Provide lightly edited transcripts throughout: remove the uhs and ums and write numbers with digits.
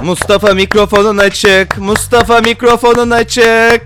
Mustafa mikrofonun açık. Mustafa mikrofonun açık.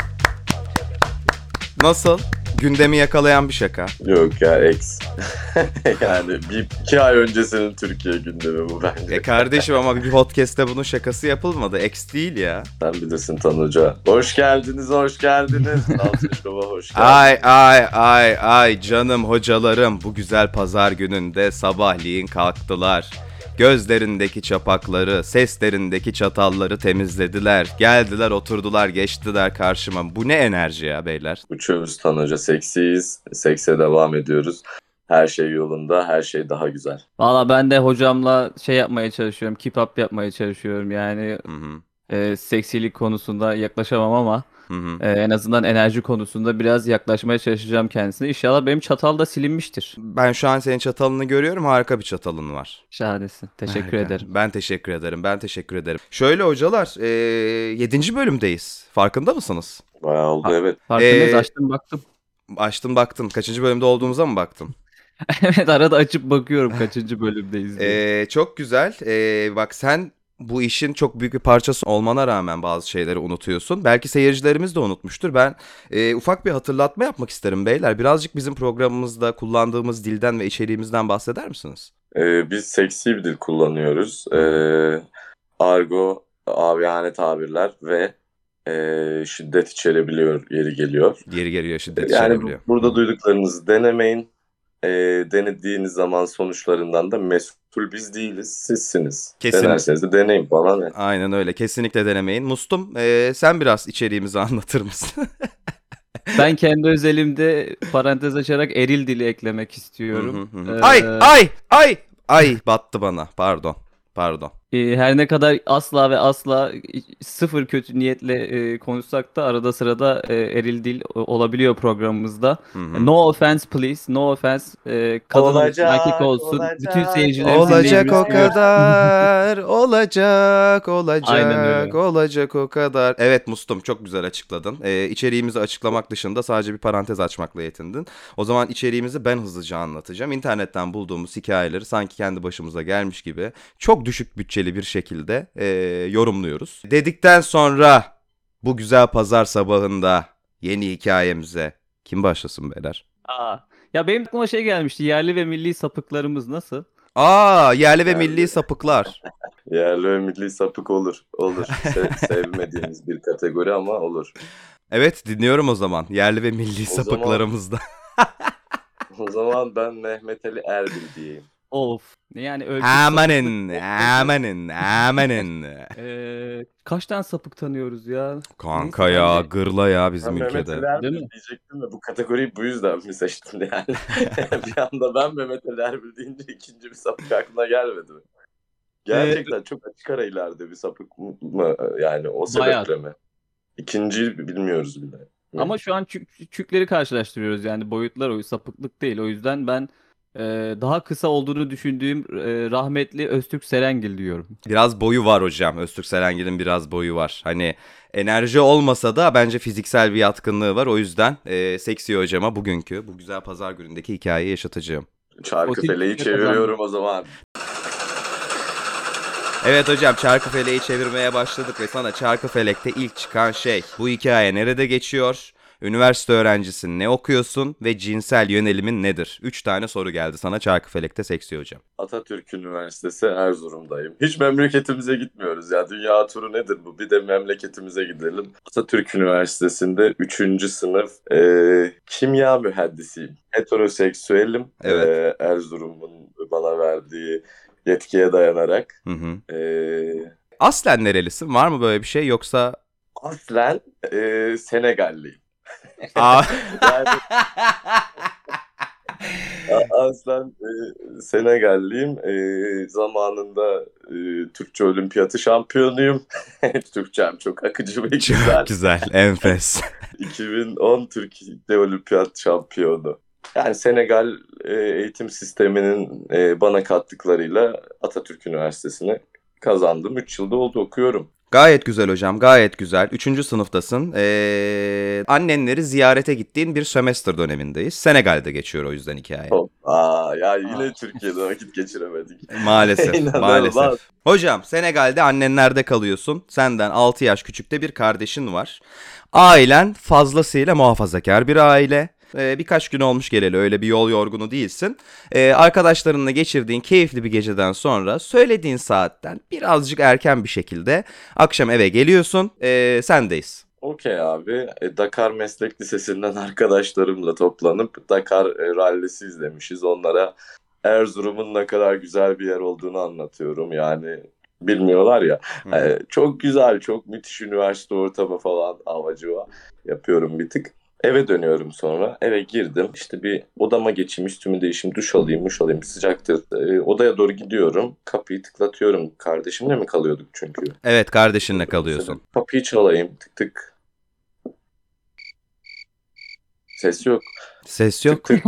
Nasıl? Gündemi yakalayan bir şaka. Yok ya X. Yani 2 ay öncesinin Türkiye gündemi bu bence. Kardeşim ama bir podcast'te bunun şakası yapılmadı. X değil ya. Sen bilirsin Tan Hoca. Hoş geldiniz, hoş geldiniz. Alçışkova hoş geldiniz. Ay canım hocalarım bu güzel pazar gününde sabahleyin kalktılar. Gözlerindeki çapakları, seslerindeki çatalları temizlediler. Geldiler, oturdular, geçtiler karşıma. Bu ne enerji ya beyler? Uçuyoruz Tan Hoca, seksiyiz. Sekse devam ediyoruz. Her şey yolunda, her şey daha güzel. Valla ben de hocamla şey yapmaya çalışıyorum. Keep up yapmaya çalışıyorum. Yani seksilik konusunda yaklaşamam ama en azından enerji konusunda biraz yaklaşmaya çalışacağım kendisine. İnşallah benim çatal da silinmiştir. Ben şu an senin çatalını görüyorum. Harika bir çatalın var. Şahanesin. Teşekkür Harika. ederim. Ben teşekkür ederim. Şöyle hocalar, 7. bölümdeyiz. Farkında mısınız? Bayağı oldu evet. Farkındayız. Açtım baktım. Açtın baktın. Kaçıncı bölümde olduğumuza mı baktın? Evet, arada açıp bakıyorum kaçıncı bölümdeyiz diye. Çok güzel. Bak sen bu işin çok büyük bir parçası olmana rağmen bazı şeyleri unutuyorsun. Belki seyircilerimiz de unutmuştur. Ben ufak bir hatırlatma yapmak isterim beyler. Birazcık bizim programımızda kullandığımız dilden ve içeriğimizden bahseder misiniz? Biz seksi bir dil kullanıyoruz. Argo, aviyane tabirler ve şiddet içerebiliyor, yeri geliyor. Yeri geliyor, şiddet Yani içerebiliyor. burada duyduklarınızı denemeyin. Denediğiniz zaman sonuçlarından da mesul biz değiliz, sizsiniz. Kesin. Denerseniz de deneyin, bana ne? Aynen öyle. Kesinlikle denemeyin. Mustum, sen biraz içeriğimizi anlatır mısın? Ben kendi özelimde parantez açarak eril dili eklemek istiyorum. Ay battı bana. Pardon. Her ne kadar asla ve asla sıfır kötü niyetle konuşsak da arada sırada eril dil olabiliyor programımızda. No offense please, no offense. Kadın olsun, erkek olsun. Bütün seyircilerimiz Olacak o dinleyicilerimiz kadar. Aynen öyle. Olacak o kadar. Evet Mustum, çok güzel açıkladın. İçeriğimizi açıklamak dışında sadece bir parantez açmakla yetindin. O zaman içeriğimizi ben hızlıca anlatacağım. İnternetten bulduğumuz hikayeleri sanki kendi başımıza gelmiş gibi çok düşük bütçeli bir şekilde yorumluyoruz. Dedikten sonra bu güzel pazar sabahında yeni hikayemize kim başlasın beyler? Ya benim aklıma şey gelmişti. Yerli ve milli sapıklarımız nasıl? Yerli ve milli sapıklar. Yerli ve milli sapık olur. Olur. Sevmediğimiz bir kategori ama olur. Evet, dinliyorum o zaman. Yerli ve milli O zaman- sapıklarımızda. O zaman ben Mehmet Ali Erbil diyeyim. Of. Yani ölçüp Amanın. kaç tane sapık tanıyoruz ya? Kanka Neyse, ya, bence- gırla ya bizim Ben Mehmet ülkede. Ali Erbil Değil mi? diyecektim de bu kategoriyi bu yüzden mi seçtin yani? Bir anda ben Mehmet Ali Erbil deyince ikinci bir sapık aklına gelmedi mi? Gerçekten çok açık ara ileride bir sapık mı yani o Bayağı. sebeple mi? İkinciyi bilmiyoruz bile. Ama şu an çükleri karşılaştırıyoruz yani boyutlar o sapıklık değil. O yüzden ben daha kısa olduğunu düşündüğüm rahmetli Öztürk Serengil diyorum. Biraz boyu var hocam. Öztürk Serengil'in biraz boyu var. Hani enerji olmasa da bence fiziksel bir yatkınlığı var. O yüzden seksi hocama bugünkü bu güzel pazar günündeki hikayeyi yaşatacağım. Çarkıfele'yi Otil- çeviriyorum o zaman. Evet hocam, Çarkıfele'yi çevirmeye başladık ve sana Çarkıfelek'te ilk çıkan şey. Bu hikaye nerede geçiyor? Üniversite öğrencisin, ne okuyorsun ve cinsel yönelimin nedir? 3 tane soru geldi sana Çarkıfelek'te seksi hocam. Atatürk Üniversitesi Erzurum'dayım. Hiç memleketimize gitmiyoruz ya. Dünya turu nedir bu? Bir de memleketimize gidelim. Atatürk Üniversitesi'nde 3. sınıf kimya mühendisiyim. Heteroseksüelim. Evet. Erzurum'un bana verdiği yetkiye dayanarak. Hı hı. Aslen nerelisin? Var mı böyle bir şey yoksa? Aslen Senegalliyim. Aa. Yani aslen Senegalliyim. Zamanında Türkçe Olimpiyatı şampiyonuyum. Türkçem çok akıcı ve güzel. Çok güzel, enfes. 2010 Türkiye Olimpiyat şampiyonu. Yani Senegal eğitim sisteminin bana kattıklarıyla Atatürk Üniversitesi'ni kazandım. 3 yılda oldu okuyorum. Gayet güzel hocam, gayet güzel. 3. sınıftasın. Annenleri ziyarete gittiğin bir sömestr dönemindeyiz. Senegal'de geçiyor o yüzden hikaye. Hoppa. Ya yine Türkiye'de vakit geçiremedik. Maalesef, İnanılmaz. maalesef. Hocam Senegal'de annenlerde kalıyorsun. Senden 6 yaş küçükte bir kardeşin var. Ailen fazlasıyla muhafazakar bir aile. Birkaç gün olmuş geleli, öyle bir yol yorgunu değilsin. Arkadaşlarınla geçirdiğin keyifli bir geceden sonra söylediğin saatten birazcık erken bir şekilde akşam eve geliyorsun. Sendeyiz. Okey abi. Dakar Meslek Lisesi'nden arkadaşlarımla toplanıp Dakar rallisi izlemişiz. Onlara Erzurum'un ne kadar güzel bir yer olduğunu anlatıyorum. Yani bilmiyorlar ya. Çok güzel, çok müthiş üniversite ortamı falan havacıva yapıyorum bir tık. Eve dönüyorum sonra. Eve girdim. İşte bir odama geçeyim, üstümü değişeyim, duş alayım, sıcaktır. Odaya doğru gidiyorum. Kapıyı tıklatıyorum. Kardeşimle mi kalıyorduk çünkü? Evet, kardeşinle kalıyorsun. Kapıyı çalayım, tık tık. Ses yok. Ses yok. Tık tık.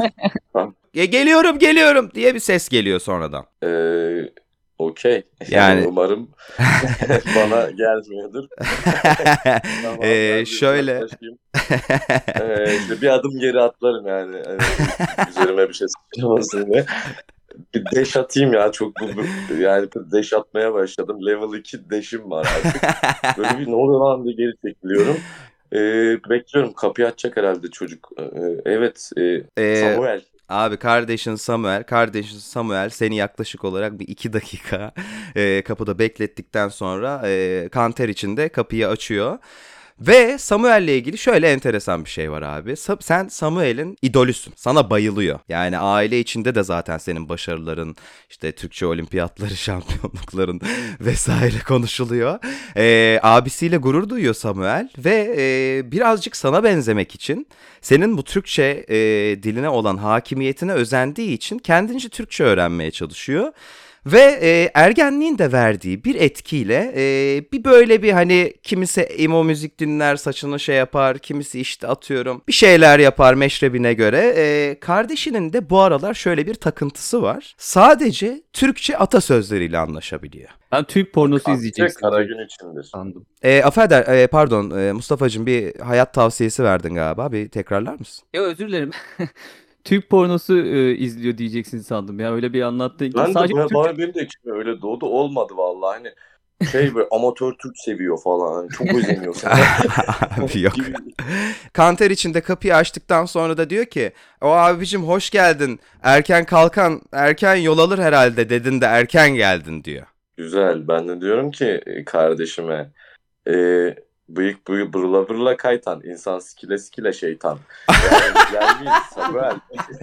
Geliyorum diye bir ses geliyor sonradan. Okey. Yani- Umarım bana gelmiyordur. Tamam, ben bir Şöyle. yaklaşayım. İşte bir adım geri atlarım yani. Üzerime bir şey sıçramasın diye. Bir dash atayım ya, çok yani dash atmaya başladım. Level 2 dash'im var artık. Böyle bir ne oluyor lan diye geri çekiliyorum. Bekliyorum, kapıyı açacak herhalde çocuk. Evet, Samuel. Abi kardeşin Samuel seni yaklaşık olarak bir 2 dakika kapıda beklettikten sonra kanter içinde kapıyı açıyor. Ve Samuel'le ilgili şöyle enteresan bir şey var abi. Sen Samuel'in idolüsün. Sana bayılıyor. Yani aile içinde de zaten senin başarıların, işte Türkçe olimpiyatları, şampiyonlukların vesaire konuşuluyor. Abisiyle gurur duyuyor Samuel ve birazcık sana benzemek için, senin bu Türkçe diline olan hakimiyetine özendiği için kendince Türkçe öğrenmeye çalışıyor. Ve ergenliğin de verdiği bir etkiyle bir böyle bir hani kimisi emo müzik dinler, saçını şey yapar, kimisi işte atıyorum bir şeyler yapar meşrebine göre. Kardeşinin de bu aralar şöyle bir takıntısı var. Sadece Türkçe atasözleriyle anlaşabiliyor. Ben Türk pornosu Akçe izleyeceksin kara gün içindir. sandım. Pardon Mustafa'cığım, bir hayat tavsiyesi verdin galiba. Bir tekrarlar mısın? Ya özür dilerim. Türk pornosu izliyor diyeceksin sandım ya, öyle bir anlattın ki. Ben de Sadece benim de içime öyle doğdu, olmadı vallahi. Hani böyle amatör Türk seviyor falan. Hani çok özeniyor sana. Abi yok. Gibi. Kanter içinde kapıyı açtıktan sonra da diyor ki, o abicim hoş geldin, erken kalkan erken yol alır herhalde dedin de erken geldin diyor. Güzel. Ben de diyorum ki kardeşime, e, bıyık bırla bırla kaytan, insan sikile sikile şeytan. Yani güzel miyiz Samuel?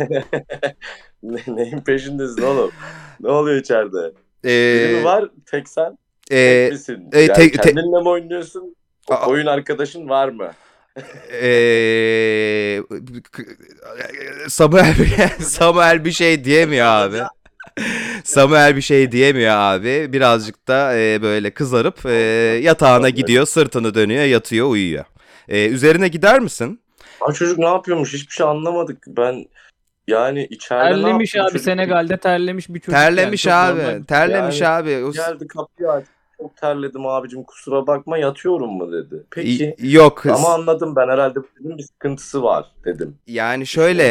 Neyin peşindesin oğlum? Ne oluyor içeride? Biri mi Ee, var? Tek sen? e, Tek misin? e, Yani tek- kendinle mi oynuyorsun? Aa. Oyun arkadaşın var mı? Samuel bir şey diyemiyor abi. Samuel bir şey diyemiyor abi. Birazcık da böyle kızarıp yatağına gidiyor, sırtını dönüyor, yatıyor, uyuyor. Üzerine gider misin? Aa, çocuk ne yapıyormuş? Hiçbir şey anlamadık. Ben yani içeride ne terlemiş yaptı bu abi, çocuk? Senegal'de terlemiş bir çocuk. Terlemiş yani, çok abi. normal. Terlemiş Yani abi. geldi, kapıyı açtı. Çok terledim abicim, kusura bakma, yatıyorum mu dedi. Peki. Yok. Ama anladım ben, herhalde bunun bir sıkıntısı var dedim. Yani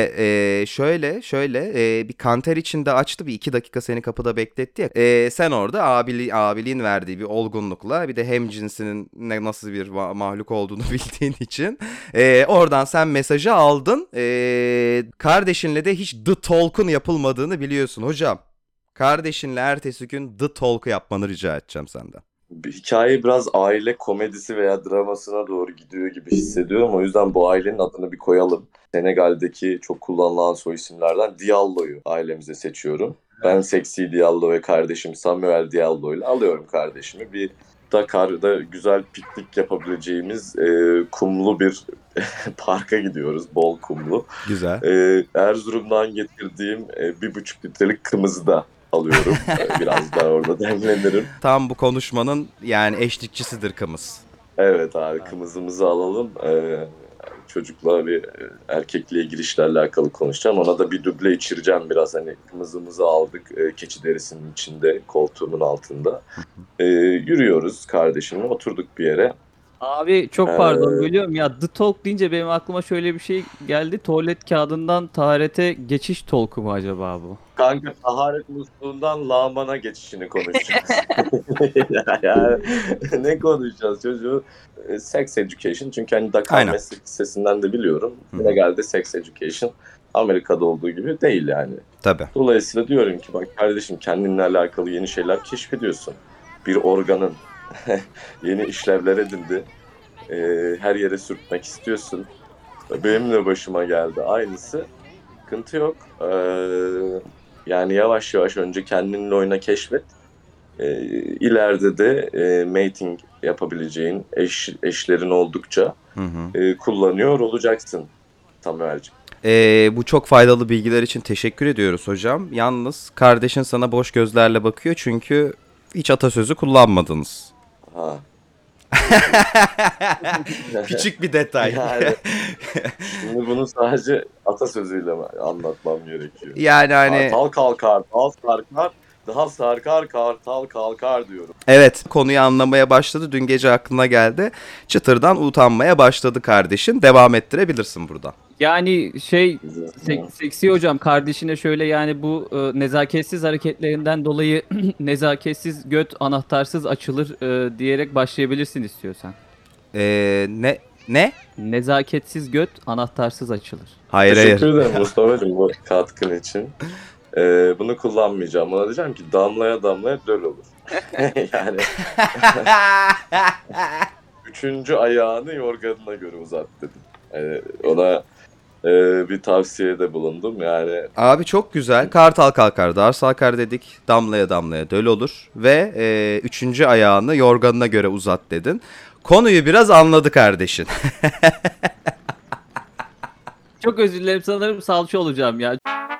şöyle bir kanter içinde açtı, bir 2 dakika seni kapıda bekletti ya. Sen orada abiliğin verdiği bir olgunlukla, bir de hemcinsinin nasıl bir mahluk olduğunu bildiğin için oradan sen mesajı aldın. Kardeşinle de hiç The Talk'un yapılmadığını biliyorsun hocam. Kardeşinle ertesi gün The Talk'u yapmanı rica edeceğim senden. Hikaye biraz aile komedisi veya dramasına doğru gidiyor gibi hissediyorum. O yüzden bu ailenin adını bir koyalım. Senegal'deki çok kullanılan soy isimlerden Diallo'yu ailemize seçiyorum. Ben Seksi Diallo ve kardeşim Samuel Diallo ile alıyorum kardeşimi. Bir Dakar'da güzel piknik yapabileceğimiz kumlu bir parka gidiyoruz. Bol kumlu. Güzel. Erzurum'dan getirdiğim 1,5 litrelik kımızı da alıyorum. Biraz daha orada demlenirim. Tam bu konuşmanın yani eşlikçisidir kımız. Evet abi, kımızımızı alalım. çocukla bir erkekliğe girişle alakalı konuşacağım. Ona da bir duble içireceğim biraz. Hani kımızımızı aldık keçi derisinin içinde, koltuğumun altında. Yürüyoruz kardeşimle, oturduk bir yere. Abi çok pardon Ee, bölüyorum ya, The Talk deyince benim aklıma şöyle bir şey geldi. Tuvalet kağıdından taharete geçiş talku mu acaba bu? Kanka taharet musluğundan lağmana geçişini konuşacağız. Yani ne konuşacağız çocuğu? Sex education. Çünkü hani Dakar Aynen. Meslek Lisesi'nden de biliyorum. Hı. Legalde sex education Amerika'da olduğu gibi değil yani. Tabii. Dolayısıyla diyorum ki bak kardeşim, kendinle alakalı yeni şeyler keşfediyorsun. Bir organın yeni işlevler edindi. Her yere sürtmek istiyorsun. Benim de başıma geldi aynısı. Sıkıntı yok. Yani yavaş yavaş önce kendinle oyna, keşfet. İleride de mating yapabileceğin eşlerin oldukça Hı hı. kullanıyor olacaksın Samuel'cim. Bu çok faydalı bilgiler için teşekkür ediyoruz hocam. Yalnız kardeşin sana boş gözlerle bakıyor çünkü hiç atasözü kullanmadınız. Ha. Küçük bir detay. Yani şimdi bunu sadece atasözüyle anlatmam gerekiyor. Yani hani Kartal kalkar, dal sarkar, dal sarkar, kartal kalkar diyorum. evet, konuyu anlamaya başladı. Dün gece aklına geldi. Çıtırdan utanmaya başladı kardeşin. Devam ettirebilirsin buradan. Yani seksi hocam, kardeşine şöyle yani bu nezaketsiz hareketlerinden dolayı nezaketsiz göt anahtarsız açılır diyerek başlayabilirsin istiyorsan. Ne? Nezaketsiz göt anahtarsız açılır. Hayır Teşekkür hayır. ederim Mustafa'cığım bu katkın için. Bunu kullanmayacağım. Ona diyeceğim ki damlaya damlaya döl olur. Yani üçüncü ayağını yorganına göre uzat dedim. Ona bir tavsiyede bulundum. Yani Abi çok güzel. Kartal kalkar, dar sarkar dedik. Damlaya damlaya döl olur. Ve üçüncü ayağını yorganına göre uzat dedin. Konuyu biraz anladı kardeşin. Çok özür dilerim, sanırım salça olacağım ya.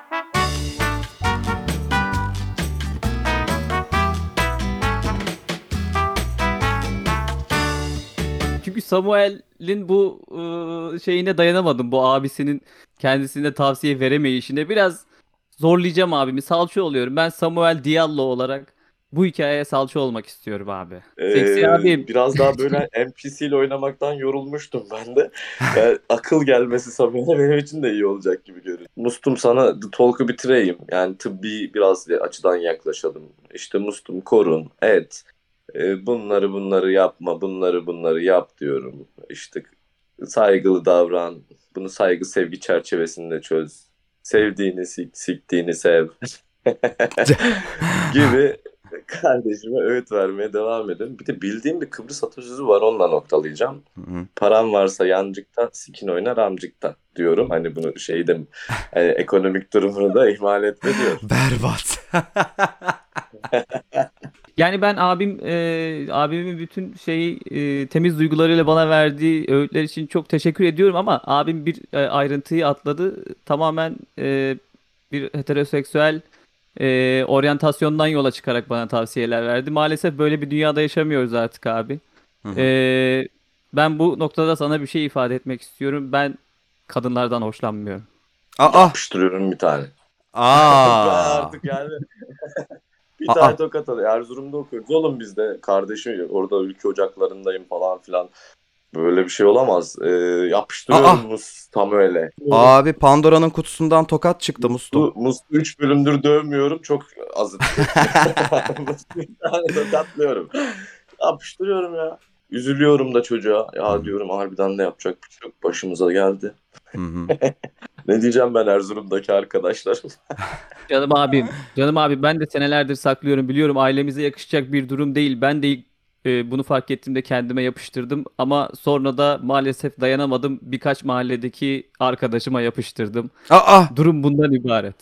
Çünkü Samuel'in bu şeyine dayanamadım. Bu abisinin kendisine tavsiye veremeyişine biraz zorlayacağım abimi. Salça oluyorum. Ben Samuel Diallo olarak bu hikayeye salça olmak istiyorum abi. Seksi abim. biraz daha böyle NPC ile oynamaktan yorulmuştum ben de. Yani akıl gelmesi Samuel'e benim için de iyi olacak gibi görünüyor. Mustum, sana The Talk'u bitireyim. Yani tıbbi biraz açıdan yaklaşalım. İşte Mustum, korun, et. Bunları yapma, bunları yap diyorum. İşte saygılı davran. Bunu saygı sevgi çerçevesinde çöz. Sevdiğini siktiğini sev. Gibi kardeşime öğüt vermeye devam edin. Bir de bildiğim bir Kıbrıs atasözü var, onunla noktalayacağım. Paran varsa yancıkta, sikin oynar amcıkta diyorum. Hani bunu şeyde ekonomik durumunu da ihmal etme diyor. Berbat. Yani ben abimin bütün temiz duygularıyla bana verdiği öğütler için çok teşekkür ediyorum ama abim bir ayrıntıyı atladı. Tamamen bir heteroseksüel oryantasyondan yola çıkarak bana tavsiyeler verdi. Maalesef böyle bir dünyada yaşamıyoruz artık abi. Ben bu noktada sana bir şey ifade etmek istiyorum. Ben kadınlardan hoşlanmıyorum. Aa. Yapıştırıyorum bir tane. Ben artık yani bir tane tokat alıyor. Erzurum'da okuyoruz oğlum biz de. Kardeşim orada ülke ocaklarındayım falan filan. Böyle bir şey olamaz. Yapıştırıyorum tam öyle. Abi Pandora'nın kutusundan tokat çıktı Mustum. Muslu 3 bölümdür dövmüyorum. Çok azıttı. Muslu bir tane tokatlıyorum. Yapıştırıyorum ya. Üzülüyorum da çocuğa. Ya diyorum harbiden de yapacak bir şey yok. Başımıza geldi. Ne diyeceğim ben Erzurum'daki arkadaşlarım? Canım abim ben de senelerdir saklıyorum. Biliyorum ailemize yakışacak bir durum değil. Ben de bunu fark ettiğimde kendime yapıştırdım. Ama sonra da maalesef dayanamadım. Birkaç mahalledeki arkadaşıma yapıştırdım. Durum bundan ibaret.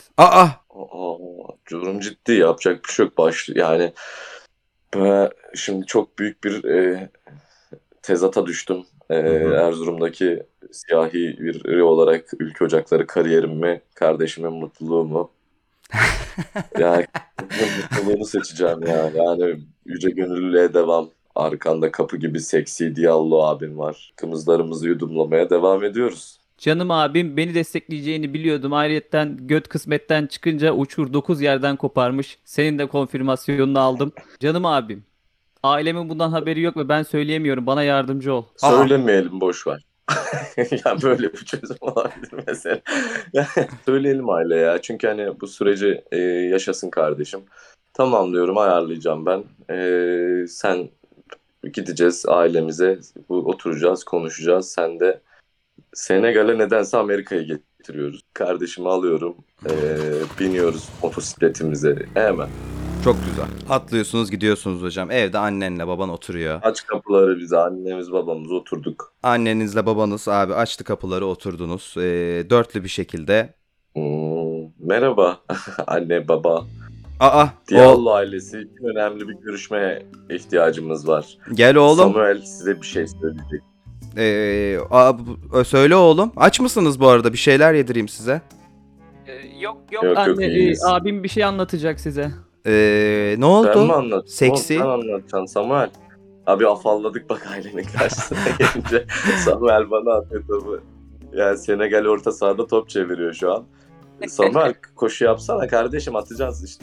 Durum ciddi, yapacak bir şey yok. Yani şimdi çok büyük bir tezata düştüm. Erzurum'daki siyahi biri olarak ülke ocakları kariyerim mi, kardeşimin mutluluğu mu? Yani mutluluğunu seçeceğim ya. Yani yüce gönüllülüğe devam. Arkanda kapı gibi seksi Diallo abin var. Kımızlarımızı yudumlamaya devam ediyoruz. Canım abim, beni destekleyeceğini biliyordum. Ayrıyetten göt kısmetten çıkınca uçur 9 yerden koparmış. Senin de konfirmasyonunu aldım. Canım abim, ailemin bundan haberi yok ve ben söyleyemiyorum. Bana yardımcı ol. Söylemeyelim, boş ver. Ya böyle bir çözüm olabilir mesela. Yani söyleyelim aile ya. Çünkü hani bu süreci yaşasın kardeşim. Tamam diyorum, ayarlayacağım ben. Sen gideceğiz ailemize. Oturacağız, konuşacağız. Sen de Senegal'e nedense Amerika'ya getiriyoruz. Kardeşimi alıyorum. Biniyoruz motosikletimize. Hemen. Çok güzel. Atlıyorsunuz gidiyorsunuz hocam. Evde annenle baban oturuyor. Aç kapıları bize. Annemiz babamız oturduk. Annenizle babanız abi açtı kapıları, oturdunuz. Dörtlü bir şekilde. Merhaba anne baba. Aa Diallo ailesi için önemli bir görüşmeye ihtiyacımız var. gel oğlum. Samuel size bir şey söyleyecek. Söyle oğlum. Aç mısınız bu arada? Bir şeyler yedireyim size. Yok Yok, anne, iyiyiz. abim bir şey anlatacak size. Ne Ben oldu? mi anlatacağım? Seksi. Sen anlatacaksın Samuel. Abi afalladık bak ailenin karşısına gelince. Samuel bana atıyor topu. Yani Senegal orta sahada top çeviriyor şu an. Samuel koşu yapsana kardeşim, atacağız işte.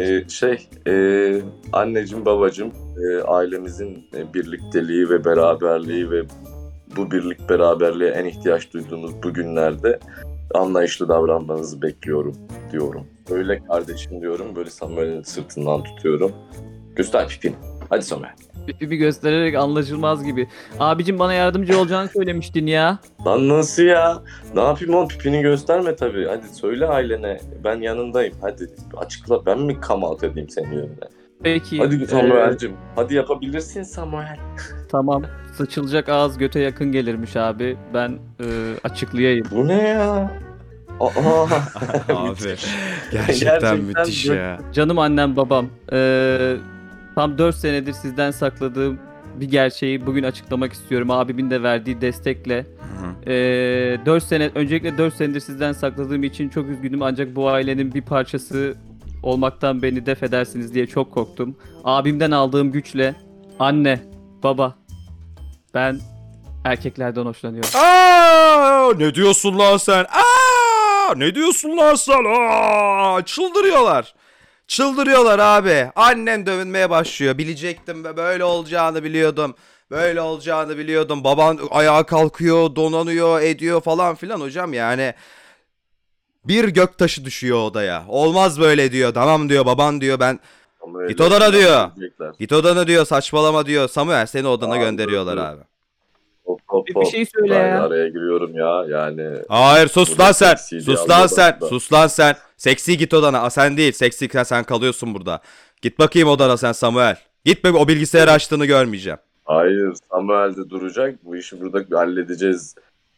Anneciğim babacığım, ailemizin birlikteliği ve beraberliği ve bu birlik beraberliğe en ihtiyaç duyduğumuz bu günlerde anlayışlı davranmanızı bekliyorum diyorum. Öyle kardeşim diyorum, böyle Samuel'in sırtından tutuyorum. Göster pipini. Hadi Samuel. Bir göstererek anlaşılmaz gibi. Abicim, bana yardımcı olacağını söylemiştin ya. Lan nasıl ya? Ne yapayım oğlum, pipini gösterme tabii. Hadi söyle ailene, ben yanındayım. Hadi açıkla, ben mi come out edeyim senin yerine? Peki. Hadi Samuel'cim. Hadi yapabilirsin Samuel. Tamam. Sıçılacak ağız göte yakın gelirmiş abi. Ben açıklayayım. Bu ne ya? Aa. Abi gerçekten müthiş böyle- ya. Canım annem babam. Tam 4 senedir sizden sakladığım bir gerçeği bugün açıklamak istiyorum. Abimin de verdiği destekle. Hı hı. 4 senedir sizden sakladığım için çok üzgünüm. Ancak bu ailenin bir parçası olmaktan beni def edersiniz diye çok korktum. Abimden aldığım güçle anne, baba, ben erkeklerden hoşlanıyorum. Ne diyorsun lan sen? Ne diyorsun lan sen? Çıldırıyorlar. Çıldırıyorlar abi. Annem dövünmeye başlıyor. Bilecektim ve böyle olacağını biliyordum. Böyle olacağını biliyordum. Baban ayağa kalkıyor, donanıyor, ediyor falan filan hocam yani. Bir göktaşı düşüyor odaya. Olmaz böyle diyor. Tamam diyor baban diyor ben. Samuel'le Git odana diyor. diyecekler. Git odana diyor, saçmalama diyor. Samuel seni odana Aa, gönderiyorlar dur. abi. Hop, hop, Bir hop. şey söyle Ben ya. araya giriyorum ya yani. Hayır sus Burada lan sen. seksi Sus diye lan algı sen. var da. Sus lan sen. Seksi git odana. Sen değil. Seksi sen kalıyorsun burada. Git bakayım odana sen Samuel. Git be, o bilgisayarı açtığını görmeyeceğim. Hayır, Samuel de duracak. Bu işi burada halledeceğiz.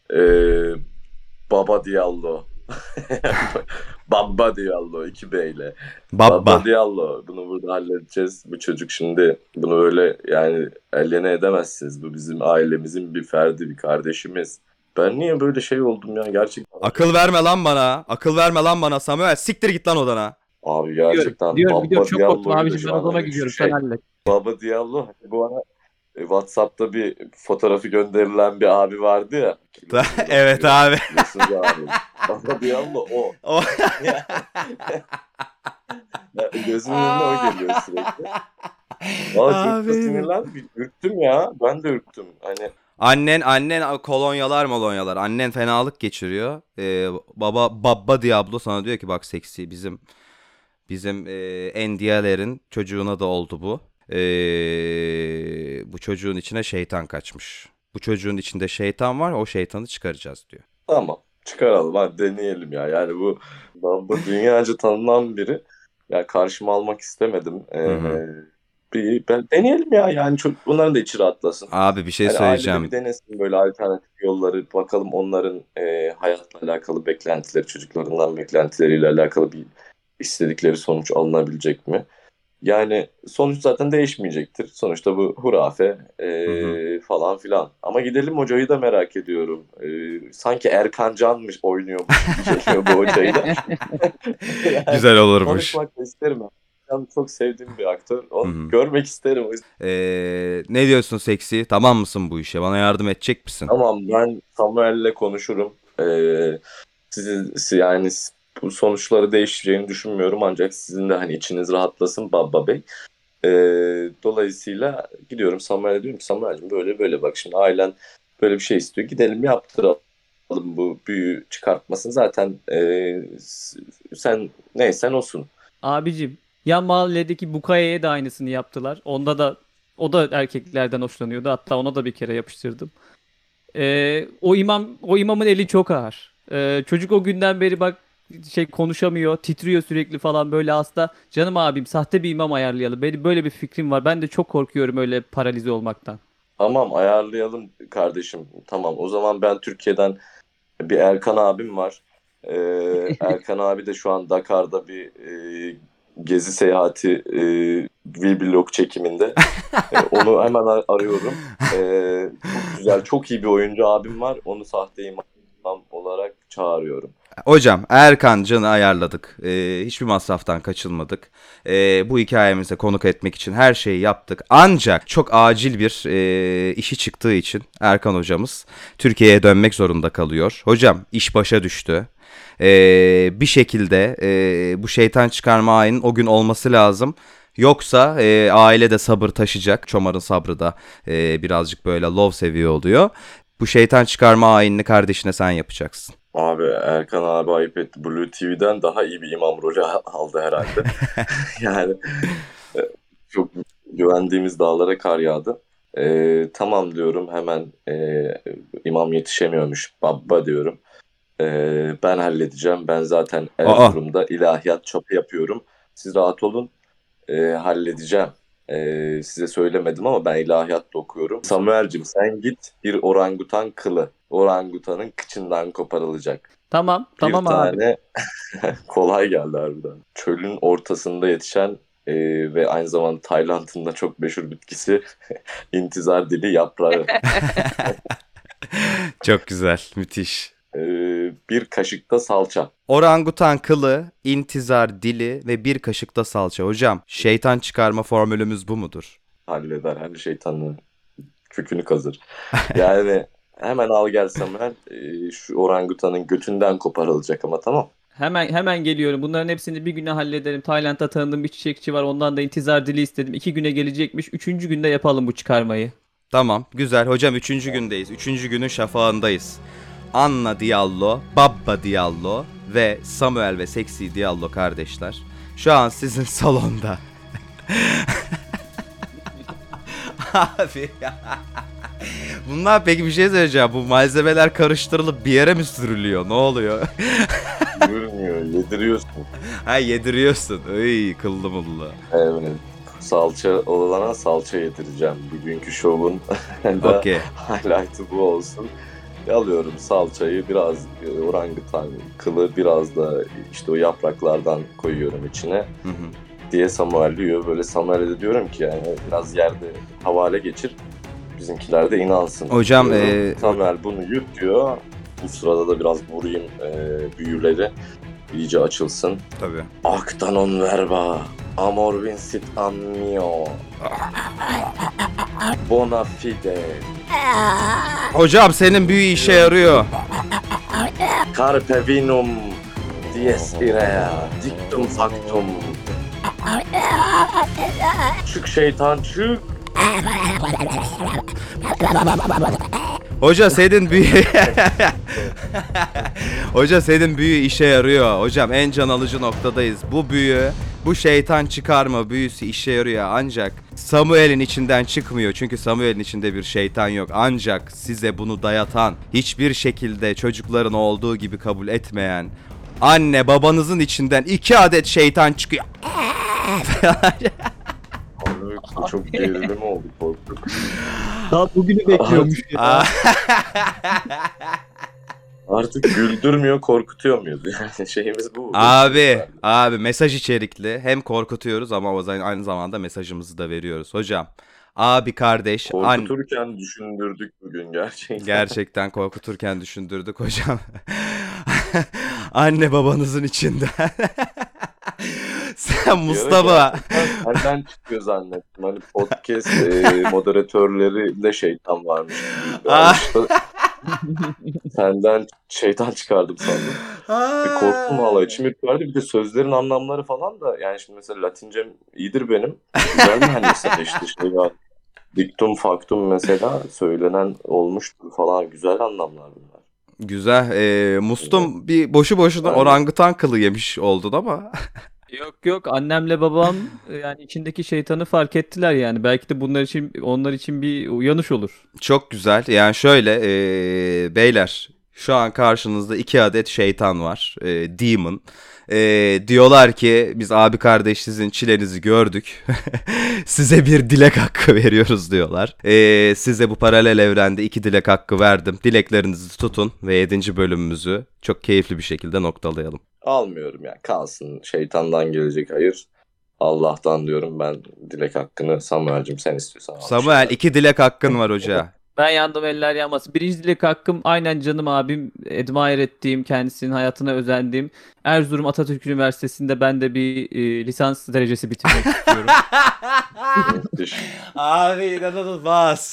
Baba Diallo. Baba Diallo 2B ile. Baba Diallo. Bunu burada halledeceğiz. Bu çocuk şimdi bunu öyle yani eline edemezsiniz. Bu bizim ailemizin bir ferdi, bir kardeşimiz. Ben niye böyle şey oldum ya gerçekten. Akıl verme lan bana. Akıl verme lan bana Samuel. Siktir git lan odana. Abi gerçekten Gidiyorum Baba çok Diallo'yu korktum da abicim, şu ben an odama hani gidiyorum, şey, sen hallet. Baba Diallo bu ara WhatsApp'ta bir fotoğrafı gönderilen bir abi vardı ya. Evet abi. Biliyorsunuz abi. Baba Diallo o. O- Ya, gözümün önüne o geliyor sürekli. Valla çok da Abi. sinirlendim. Ürktüm ya. Ben de ürktüm. Hani Annen kolonyalar. Annen fenalık geçiriyor. Baba Diablo sana diyor ki bak seksi bizim Endialer'in çocuğuna da oldu bu. Bu çocuğun içine şeytan kaçmış. Bu çocuğun içinde şeytan var, o şeytanı çıkaracağız diyor. tamam. Çıkaralım. Hadi deneyelim ya. Yani bu dünyaca tanınan biri. Ya karşıma almak istemedim. hı. Ben deneyelim ya. Yani çok bunların da içi rahatlasın. Abi bir şey Hani ailede söyleyeceğim. bir denesin böyle alternatif yolları. Bakalım onların hayatla alakalı beklentileri, çocuklarından beklentileriyle alakalı bir istedikleri sonuç alınabilecek mi? Yani sonuç zaten değişmeyecektir. Sonuçta bu hurafe falan filan. Ama gidelim hocayı da merak ediyorum. Sanki Erkan Can'mış oynuyormuş gibi geliyor bu hocayla. Yani Güzel olurmuş. konuşmak da isterim. Erkan çok sevdiğim bir aktör. Onu Hı hı. görmek isterim. O yüzden. Ne diyorsun seksi? Tamam mısın bu işe? Bana yardım edecek misin? Tamam, ben Samuel'le konuşurum. Yani bu sonuçları değişeceğini düşünmüyorum, ancak sizin de hani içiniz rahatlasın Baba Bey. Dolayısıyla gidiyorum Samuel'e, diyorum ki Samuel'cim böyle böyle bak, şimdi ailen böyle bir şey istiyor. Gidelim yaptıralım bu büyü çıkartmasını. Zaten sen neysen olsun. Abicim, yan mahalledeki Bukaya'ya da aynısını yaptılar. Onda da o da erkeklerden hoşlanıyordu. Hatta ona da bir kere yapıştırdım. O imamın eli çok ağır. Çocuk o günden beri bak konuşamıyor, titriyor sürekli falan böyle hasta. Canım abim, sahte bir imam ayarlayalım. Benim böyle bir fikrim var. Ben de çok korkuyorum öyle paralize olmaktan. Tamam, ayarlayalım kardeşim. Tamam, o zaman ben Türkiye'den bir Erkan abim var. Erkan abi de şu an Dakar'da bir gezi seyahati vlog çekiminde. Onu hemen arıyorum. Çok güzel, çok iyi bir oyuncu abim var. Onu sahte imam olarak çağırıyorum. Hocam Erkan Can'ı ayarladık. Hiçbir masraftan kaçılmadık. Bu hikayemize konuk etmek için her şeyi yaptık. Ancak çok acil bir işi çıktığı için Erkan hocamız Türkiye'ye dönmek zorunda kalıyor. Hocam iş başa düştü. Bir şekilde bu şeytan çıkarma ayinin o gün olması lazım. Yoksa aile de sabır taşıyacak. Çomar'ın sabrı da birazcık böyle low seviye oluyor. Bu şeytan çıkarma ayinini kardeşine sen yapacaksın. Abi Erkan abi ayıp etti. Blue TV'den daha iyi bir imam rolü aldı herhalde. Yani çok güvendiğimiz dağlara kar yağdı. Tamam diyorum hemen, imam yetişemiyormuş. Baba diyorum. Ben halledeceğim. Ben zaten Aa, Erzurum'da ilahiyat çapı yapıyorum. Siz rahat olun. Halledeceğim. Size söylemedim ama ben ilahiyat da okuyorum. Samuel'cim sen git, bir orangutan kılı. Orangutanın kıçından koparılacak. Tamam, Bir tamam abi. tane kolay geldi harbiden. Çölün ortasında yetişen ve aynı zamanda Tayland'ın da çok meşhur bitkisi intizar dili yaprağı. çok güzel, müthiş. Bir kaşık da salça. Orangutan kılı, intizar dili ve bir kaşık da salça. Hocam, şeytan çıkarma formülümüz bu mudur? Halleder her şeytanın kökünü kazır. Yani hemen al gel Samuel. Şu orangutanın götünden koparılacak ama, tamam. Hemen geliyorum. Bunların hepsini bir güne hallederim. Tayland'da tanıdığım bir çiçekçi var. Ondan da intizar dili istedim. 2 güne gelecekmiş. 3. günde yapalım bu çıkarmayı. Tamam, güzel. Hocam 3. gündeyiz. 3. günün şafağındayız. Anna Diallo, Babba Diallo ve Samuel ve Sexy Diallo kardeşler. Şu an sizin salonda. Abi ya. Bunlar peki bir şey söyleyeceğim. Bu malzemeler karıştırılıp bir yere mi sürülüyor? Ne oluyor? Görünmüyor, yediriyorsun. Ha yediriyorsun. Iy kıllı mullu. Evet. Salça olana salça yedireceğim. Bugünkü şovun da Okey. highlight'ı bu olsun. Alıyorum salçayı, biraz orangutan kılı, biraz da işte o yapraklardan koyuyorum içine Hı hı. diye Samuel yiyor. Böyle Samuel'e de diyorum ki yani biraz yerde havale geçir. Bizimkiler de inansın. Hocam, diyorum. Samuel bunu yut diyor. Bu sırada da biraz vurayım büyüleri. İyice açılsın. Tabii. Acta non verba, amor vincit annio, bona fide, Hocam senin büyü işe yarıyor. carpe vinum, dies irae, dictum factum. Çık şeytan çık. Hoca senin büyü... Hoca senin büyü işe yarıyor. Hocam en can alıcı noktadayız. Bu büyü, bu şeytan çıkarma büyüsü işe yarıyor. Ancak Samuel'in içinden çıkmıyor. Çünkü Samuel'in içinde bir şeytan yok. Ancak size bunu dayatan, hiçbir şekilde çocukların olduğu gibi kabul etmeyen anne babanızın içinden 2 adet şeytan çıkıyor. Abi, çok gerilim oldu, korktuk. Daha bugünü bekliyormuş ya. Aa, Artık güldürmüyor, korkutuyor muyuz? Yani şeyimiz bu. abi mesaj içerikli. Hem korkutuyoruz ama o zaman aynı zamanda mesajımızı da veriyoruz. Hocam, abi kardeş, Korkuturken düşündürdük bugün gerçekten. gerçekten korkuturken düşündürdük hocam. Anne babanızın içinden Mustafa. Senden çıkıyor zannettim. Hani podcast moderatörleri şeytan varmış gibi. Senden şeytan çıkardım sandım. Bir korktum valla, içim ürperdi. Bir de sözlerin anlamları falan da, yani şimdi mesela Latincem iyidir benim. Güzel mi hani mesela işte ya, diktum faktum mesela söylenen olmuştur falan, güzel anlamlar bunlar. Güzel. Mustum bir boşu boşuna Aynen. orangutan kılı yemiş oldun ama. Yok yok, annemle babam yani içindeki şeytanı fark ettiler yani. Belki de onlar için bir uyanış olur. Çok güzel. Yani şöyle beyler, şu an karşınızda 2 adet şeytan var. Demon. Diyorlar ki biz abi kardeş sizin çilenizi gördük. Size bir dilek hakkı veriyoruz diyorlar. Size bu paralel evrende 2 dilek hakkı verdim. Dileklerinizi tutun ve 7. bölümümüzü çok keyifli bir şekilde noktalayalım. Almıyorum yani, kalsın, şeytandan gelecek hayır. Allah'tan diyorum ben, dilek hakkını Samuel'cim sen istiyorsan al. Samuel 2 dilek hakkın var hoca. Ben yandım, eller yanmasın. Birinci dilek hakkım, aynen canım abim, admire ettiğim, kendisinin hayatına özendiğim Erzurum Atatürk Üniversitesi'nde ben de bir lisans derecesi bitirmek istiyorum. Müthiş. Abi inanılmaz.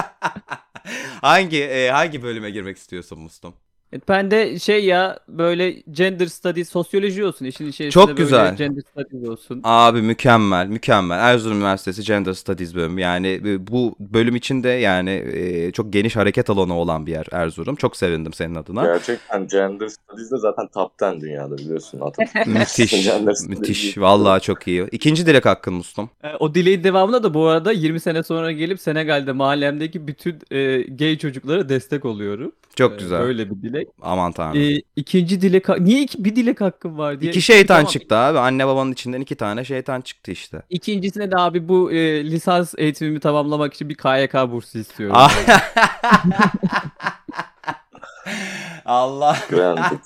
Hangi bölüme girmek istiyorsun Mustum? Ben de böyle gender studies, sosyoloji olsun işin içerisinde, Çok böyle güzel. gender studies olsun. Abi mükemmel. Erzurum Üniversitesi Gender Studies bölümü. Yani bu bölüm içinde yani çok geniş hareket alanı olan bir yer Erzurum. Çok sevindim senin adına. Gerçekten Gender Studies'de zaten top 10 dünyada, biliyorsun. Atatürk Müthiş. Gender Studies. Müthiş. Vallahi çok iyi. 2. dilek hakkın Mustum. O dileğin devamında da bu arada 20 sene sonra gelip Senegal'de mahallemdeki bütün gay çocuklara destek oluyorum. Çok güzel. Böyle bir dilek. Aman tanrım. İkinci dilek niye bir dilek hakkım var diye. 2 şeytan Tamam. çıktı abi. Anne babanın içinden 2 tane şeytan çıktı işte. İkincisine de abi bu lisans eğitimimi tamamlamak için bir KYK bursu istiyorum. Allah. Granted.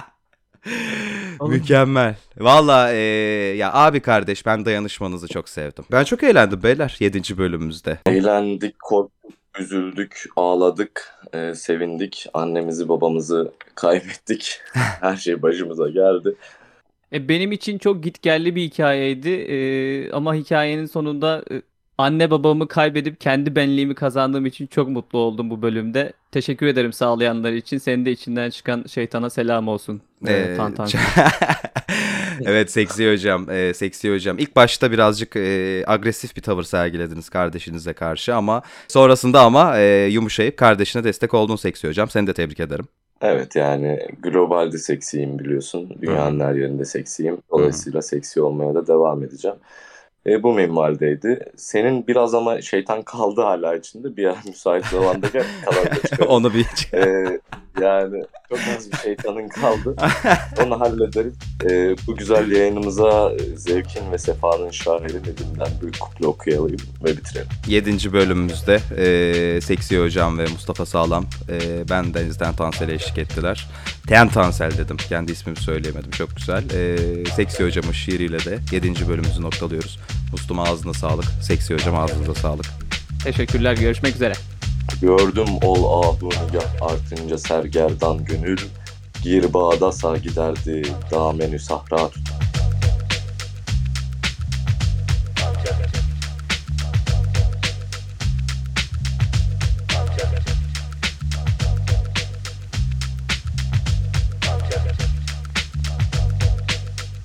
Mükemmel. Valla ya abi kardeş, ben dayanışmanızı çok sevdim. Ben çok eğlendim beyler 7. bölümümüzde. Eğlendik, korktuk, üzüldük, ağladık, sevindik. Annemizi babamızı kaybettik. Her şey başımıza geldi. Benim için çok gitgelli bir hikayeydi. Ama hikayenin sonunda anne babamı kaybedip kendi benliğimi kazandığım için çok mutlu oldum bu bölümde. Teşekkür ederim sağlayanlar için. Senin de içinden çıkan şeytana selam olsun. Tantan. Evet seksi hocam. Seksi hocam. İlk başta birazcık agresif bir tavır sergilediniz kardeşinize karşı ama sonrasında yumuşayıp kardeşine destek oldun seksi hocam. Seni de tebrik ederim. Evet, yani globalde seksiyim biliyorsun. Dünyanın her yerinde seksiyim. Dolayısıyla seksi olmaya da devam edeceğim. Bu minvaldeydi. Senin biraz ama şeytan kaldı hala içinde. Bir yer müsait zamanda gel, kalan da çıkarız. Onu bir Yani çok az bir şeytanın kaldı. Onu hallederiz. Bu güzel yayınımıza zevkin ve sefanın şahidi Nedim'den bir kuple okuyalım ve bitirelim. 7. bölümümüzde Seksi Hocam ve Mustafa Sağlam bendenizden Tansel'e eşlik ettiler. Tansel dedim. Kendi ismimi söyleyemedim. Çok güzel. Seksi Hocam'ın şiiriyle de 7. bölümümüzü noktalıyoruz. Mustum ağzına sağlık. Seksi Hocam ağzınıza sağlık. Teşekkürler. Görüşmek üzere. Gördüm ol ahunigah artınca sergerdan gönül, gir bağda sağ giderdi damenü sahra tutar.